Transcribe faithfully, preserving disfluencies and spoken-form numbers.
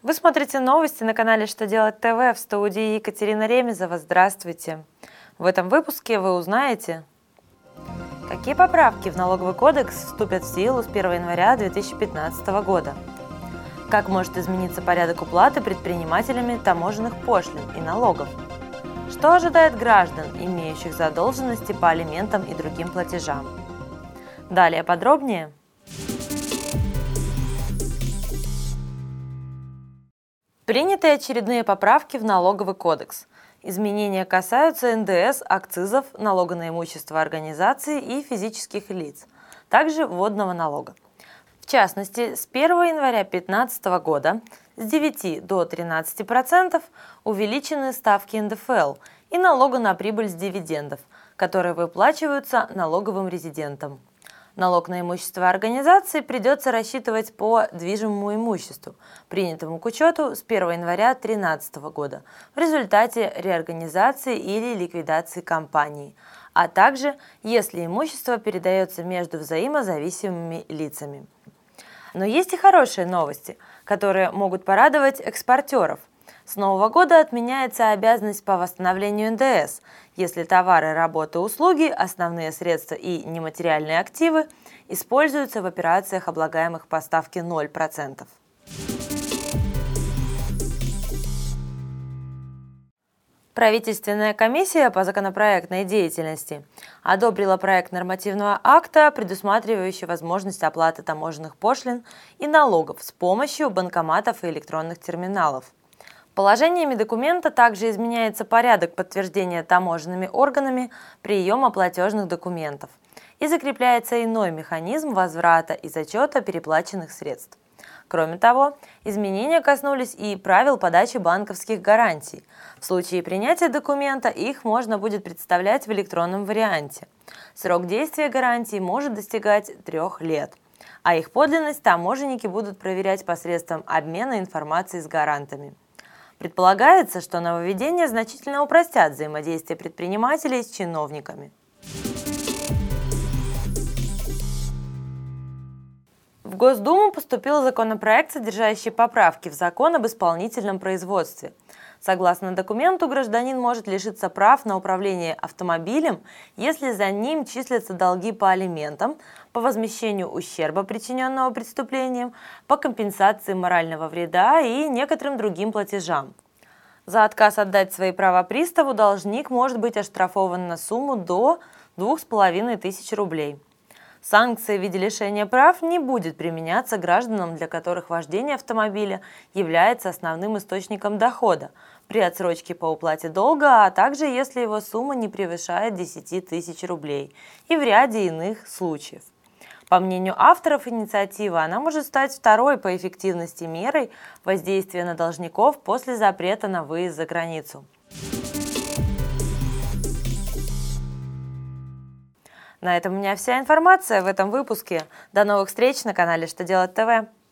Вы смотрите новости на канале «Что делать ТВ», в студии Екатерина Ремезова. Здравствуйте! В этом выпуске вы узнаете, какие поправки в налоговый кодекс вступят в силу с первого января две тысячи пятнадцатого года, как может измениться порядок уплаты предпринимателями таможенных пошлин и налогов, что ожидает граждан, имеющих задолженности по алиментам и другим платежам. Далее подробнее. Приняты очередные поправки в налоговый кодекс. Изменения касаются эн дэ эс, акцизов, налога на имущество организаций и физических лиц, также вводного налога. В частности, с первого января две тысячи пятнадцатого года с девяти до тринадцати процентов увеличены ставки эн дэ эф эл и налога на прибыль с дивидендов, которые выплачиваются налоговым резидентам. Налог на имущество организации придется рассчитывать по движимому имуществу, принятому к учету с первого января две тысячи тринадцатого года в результате реорганизации или ликвидации компании, а также если имущество передается между взаимозависимыми лицами. Но есть и хорошие новости, которые могут порадовать экспортеров. С нового года отменяется обязанность по восстановлению эн дэ эс, если товары, работы, услуги, основные средства и нематериальные активы используются в операциях, облагаемых по ставке ноль процентов. Правительственная комиссия по законопроектной деятельности одобрила проект нормативного акта, предусматривающий возможность оплаты таможенных пошлин и налогов с помощью банкоматов и электронных терминалов. Положениями документа также изменяется порядок подтверждения таможенными органами приема платежных документов и закрепляется иной механизм возврата и зачета переплаченных средств. Кроме того, изменения коснулись и правил подачи банковских гарантий. В случае принятия документа их можно будет представлять в электронном варианте. Срок действия гарантий может достигать трех лет, а их подлинность таможенники будут проверять посредством обмена информацией с гарантами. Предполагается, что нововведения значительно упростят взаимодействие предпринимателей с чиновниками. В Госдуму поступил законопроект, содержащий поправки в закон об исполнительном производстве. Согласно документу, гражданин может лишиться прав на управление автомобилем, если за ним числятся долги по алиментам, по возмещению ущерба, причиненного преступлением, по компенсации морального вреда и некоторым другим платежам. За отказ отдать свои права приставу должник может быть оштрафован на сумму до двух с половиной тысяч рублей. Санкция в виде лишения прав не будет применяться гражданам, для которых вождение автомобиля является основным источником дохода, при отсрочке по уплате долга, а также если его сумма не превышает десяти тысяч рублей и в ряде иных случаев. По мнению авторов инициативы, она может стать второй по эффективности мерой воздействия на должников после запрета на выезд за границу. На этом у меня вся информация в этом выпуске. До новых встреч на канале «Что делать ТВ».